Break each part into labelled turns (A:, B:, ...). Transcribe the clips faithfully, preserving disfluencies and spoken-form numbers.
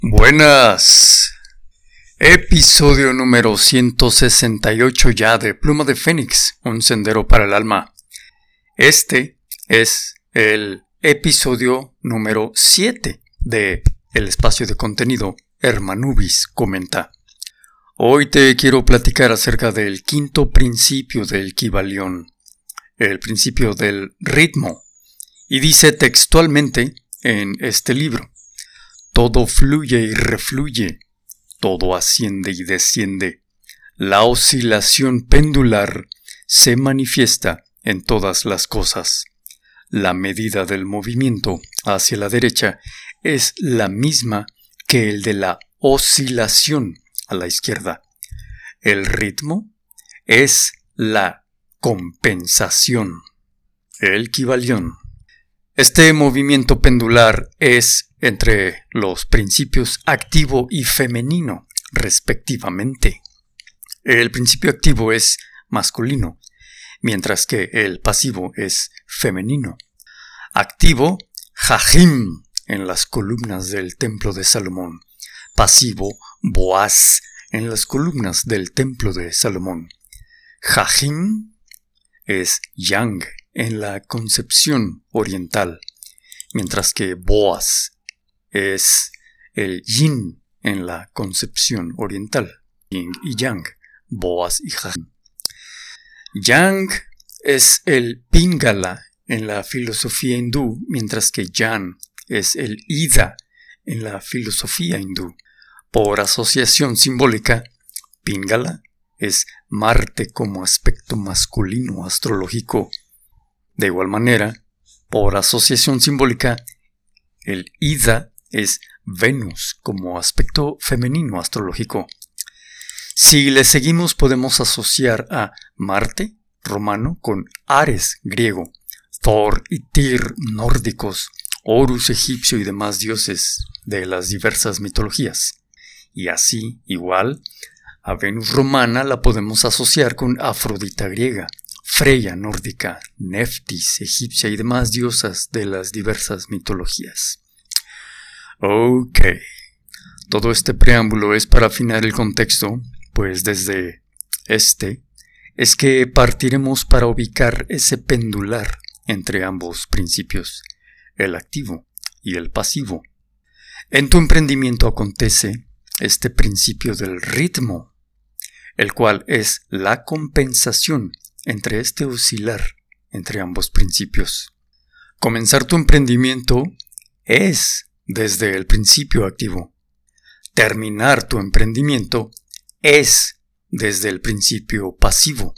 A: Buenas. Episodio número ciento sesenta y ocho ya de Pluma de Fénix, un sendero para el alma. Este es el episodio número siete de el espacio de contenido Hermanubis Comenta. Hoy te quiero platicar acerca del quinto principio del Kybalión, el principio del ritmo, y dice textualmente en este libro: todo fluye y refluye, todo asciende y desciende. La oscilación pendular se manifiesta en todas las cosas. La medida del movimiento hacia la derecha es la misma que el de la oscilación a la izquierda. El ritmo es la compensación. El Kybalión. Este movimiento pendular es entre los principios activo y femenino, respectivamente. El principio activo es masculino, mientras que el pasivo es femenino. Activo, Jajim, en las columnas del templo de Salomón. Pasivo, Boaz, en las columnas del templo de Salomón. Jajim es Yang en la concepción oriental, mientras que Boaz es el Yin en la concepción oriental. Yin y Yang, Boaz y Jajim. Yang es el Pingala en la filosofía hindú, mientras que Yan es el Ida en la filosofía hindú. Por asociación simbólica, Pingala es Marte como aspecto masculino astrológico. De igual manera, por asociación simbólica, el Ida es Venus como aspecto femenino astrológico. Si le seguimos, podemos asociar a Marte romano con Ares griego, Thor y Tyr nórdicos, Horus egipcio y demás dioses de las diversas mitologías. Y así, igual, a Venus romana la podemos asociar con Afrodita griega, Freya nórdica, Neftis egipcia y demás diosas de las diversas mitologías. Ok, todo este preámbulo es para afinar el contexto, pues desde este es que partiremos para ubicar ese pendular entre ambos principios, el activo y el pasivo. En tu emprendimiento acontece este principio del ritmo, el cual es la compensación entre este oscilar entre ambos principios. Comenzar tu emprendimiento es desde el principio activo. Terminar tu emprendimiento es desde el principio pasivo.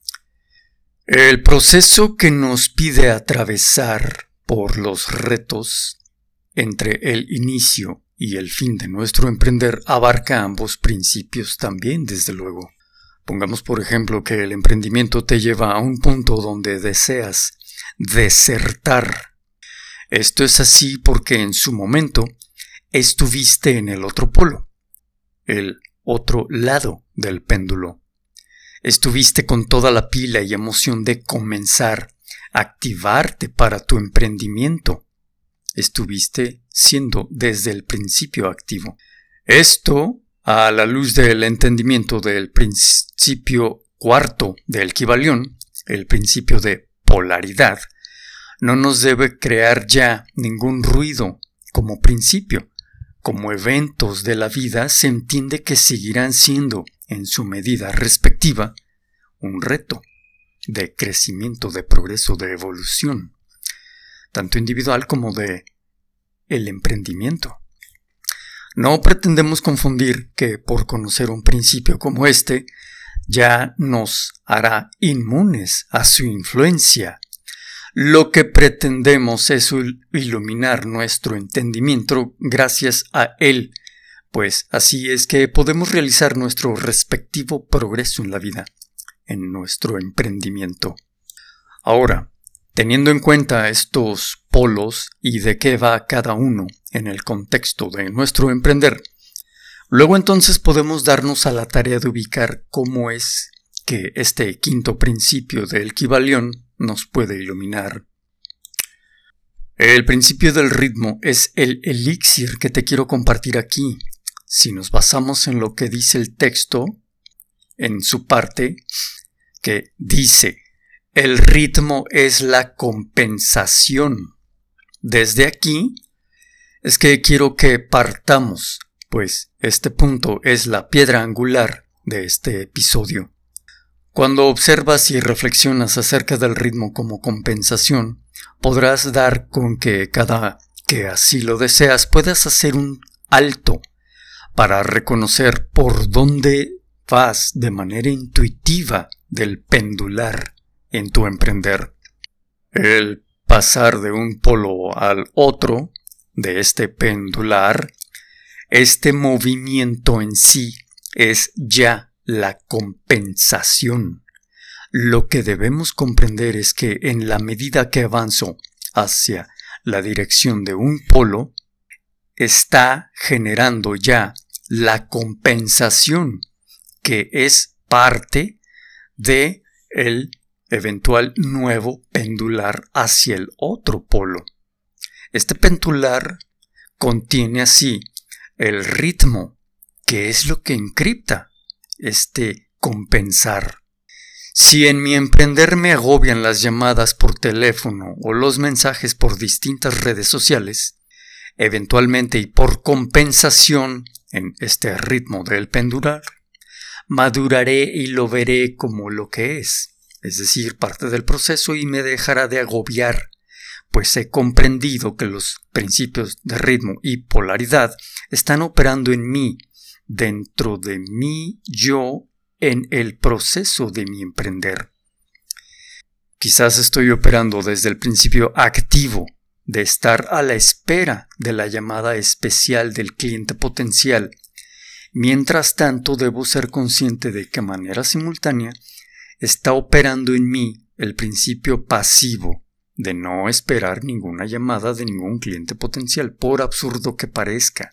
A: El proceso que nos pide atravesar por los retos entre el inicio y el fin de nuestro emprender abarca ambos principios también, desde luego. Pongamos por ejemplo que el emprendimiento te lleva a un punto donde deseas desertar. Esto es así porque en su momento estuviste en el otro polo, el otro lado del péndulo. Estuviste con toda la pila y emoción de comenzar a activarte para tu emprendimiento. Estuviste siendo desde el principio activo. Esto, a la luz del entendimiento del principio cuarto del Kybalión, el principio de polaridad, no nos debe crear ya ningún ruido como principio. Como eventos de la vida se entiende que seguirán siendo, en su medida respectiva, un reto de crecimiento, de progreso, de evolución, tanto individual como de el emprendimiento. No pretendemos confundir que por conocer un principio como este ya nos hará inmunes a su influencia. Lo que pretendemos es iluminar nuestro entendimiento gracias a él, pues así es que podemos realizar nuestro respectivo progreso en la vida, en nuestro emprendimiento. Ahora, teniendo en cuenta estos polos y de qué va cada uno en el contexto de nuestro emprender, luego entonces podemos darnos a la tarea de ubicar cómo es que este quinto principio del Kybalión nos puede iluminar. El principio del ritmo es el elixir que te quiero compartir aquí. Si nos basamos en lo que dice el texto, en su parte, que dice, el ritmo es la compensación. Desde aquí es que quiero que partamos, pues este punto es la piedra angular de este episodio. Cuando observas y reflexionas acerca del ritmo como compensación, podrás dar con que cada que así lo deseas puedas hacer un alto para reconocer por dónde vas de manera intuitiva del pendular en tu emprender. El pasar de un polo al otro, de este pendular, este movimiento en sí es ya la compensación. Lo que debemos comprender es que en la medida que avanzo hacia la dirección de un polo, está generando ya la compensación, que es parte de el eventual nuevo pendular hacia el otro polo. Este pendular contiene así el ritmo, que es lo que encripta este compensar. Si en mi emprender me agobian las llamadas por teléfono o los mensajes por distintas redes sociales, eventualmente y por compensación en este ritmo del pendular, maduraré y lo veré como lo que es, es decir, parte del proceso, y me dejará de agobiar, pues he comprendido que los principios de ritmo y polaridad están operando en mí, dentro de mí, yo, en el proceso de mi emprender. Quizás estoy operando desde el principio activo de estar a la espera de la llamada especial del cliente potencial. Mientras tanto, debo ser consciente de que de manera simultánea está operando en mí el principio pasivo de no esperar ninguna llamada de ningún cliente potencial, por absurdo que parezca.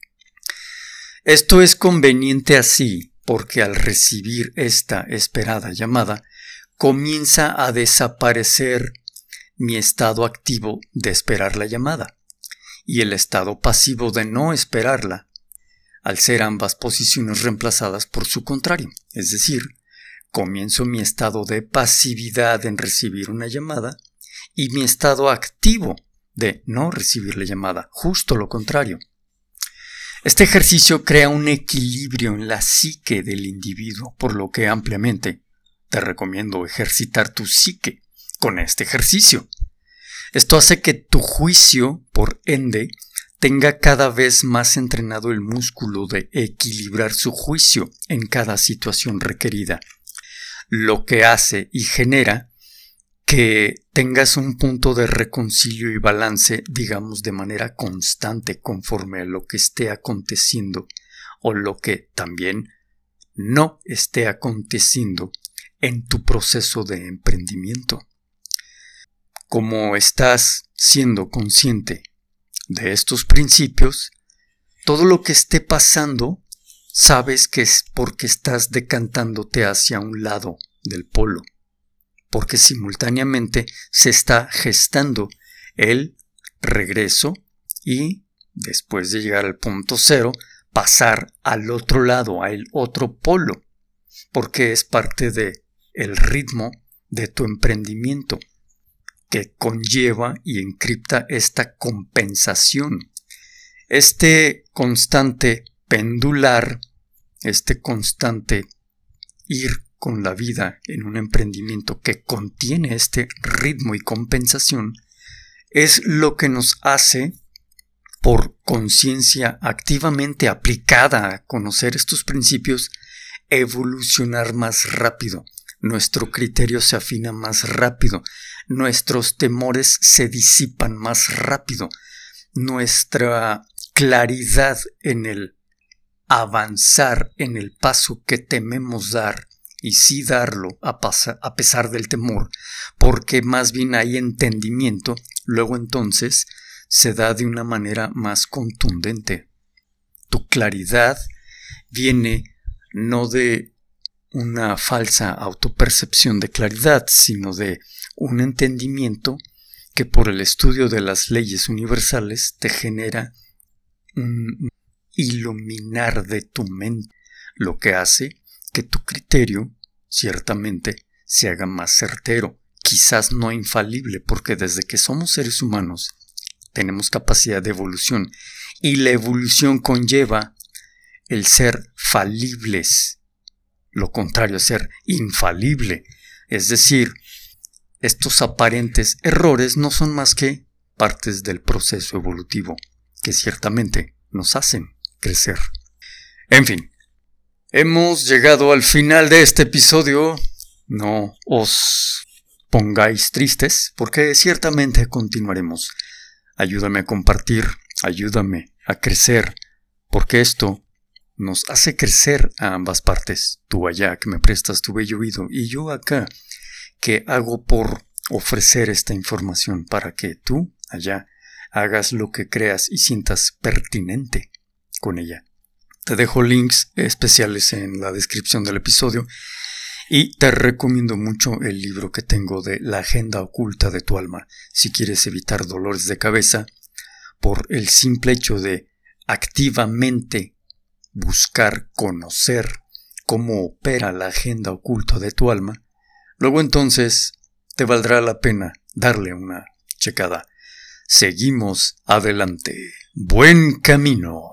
A: Esto es conveniente así, porque al recibir esta esperada llamada, comienza a desaparecer mi estado activo de esperar la llamada y el estado pasivo de no esperarla, al ser ambas posiciones reemplazadas por su contrario. Es decir, comienzo mi estado de pasividad en recibir una llamada y mi estado activo de no recibir la llamada, justo lo contrario. Este ejercicio crea un equilibrio en la psique del individuo, por lo que ampliamente te recomiendo ejercitar tu psique con este ejercicio. Esto hace que tu juicio, por ende, tenga cada vez más entrenado el músculo de equilibrar su juicio en cada situación requerida, lo que hace y genera que tengas un punto de reconcilio y balance, digamos, de manera constante conforme a lo que esté aconteciendo o lo que también no esté aconteciendo en tu proceso de emprendimiento. Como estás siendo consciente de estos principios, todo lo que esté pasando, sabes que es porque estás decantándote hacia un lado del polo, porque simultáneamente se está gestando el regreso y, después de llegar al punto cero, pasar al otro lado, al otro polo, porque es parte de el ritmo de tu emprendimiento, que conlleva y encripta esta compensación. Este constante pendular, este constante ir con la vida en un emprendimiento que contiene este ritmo y compensación, es lo que nos hace, por conciencia activamente aplicada a conocer estos principios, evolucionar más rápido. Nuestro criterio se afina más rápido, nuestros temores se disipan más rápido, nuestra claridad en el avanzar en el paso que tememos dar, y sí darlo a, pasa, a pesar del temor, porque más bien hay entendimiento, luego entonces se da de una manera más contundente. Tu claridad viene no de una falsa autopercepción de claridad, sino de un entendimiento que por el estudio de las leyes universales te genera un iluminar de tu mente, lo que hace que tu criterio ciertamente se haga más certero, quizás no infalible, porque desde que somos seres humanos tenemos capacidad de evolución y la evolución conlleva el ser falibles, lo contrario es ser infalible, es decir, estos aparentes errores no son más que partes del proceso evolutivo que ciertamente nos hacen crecer. En fin, hemos llegado al final de este episodio. No os pongáis tristes, porque ciertamente continuaremos. Ayúdame a compartir, ayúdame a crecer, porque esto nos hace crecer a ambas partes. Tú allá que me prestas tu bello oído y yo acá que hago por ofrecer esta información para que tú allá hagas lo que creas y sientas pertinente con ella. Te dejo links especiales en la descripción del episodio y te recomiendo mucho el libro que tengo de La Agenda Oculta de tu Alma si quieres evitar dolores de cabeza por el simple hecho de activamente buscar conocer cómo opera la agenda oculta de tu alma. Luego entonces te valdrá la pena darle una checada. Seguimos adelante. Buen camino.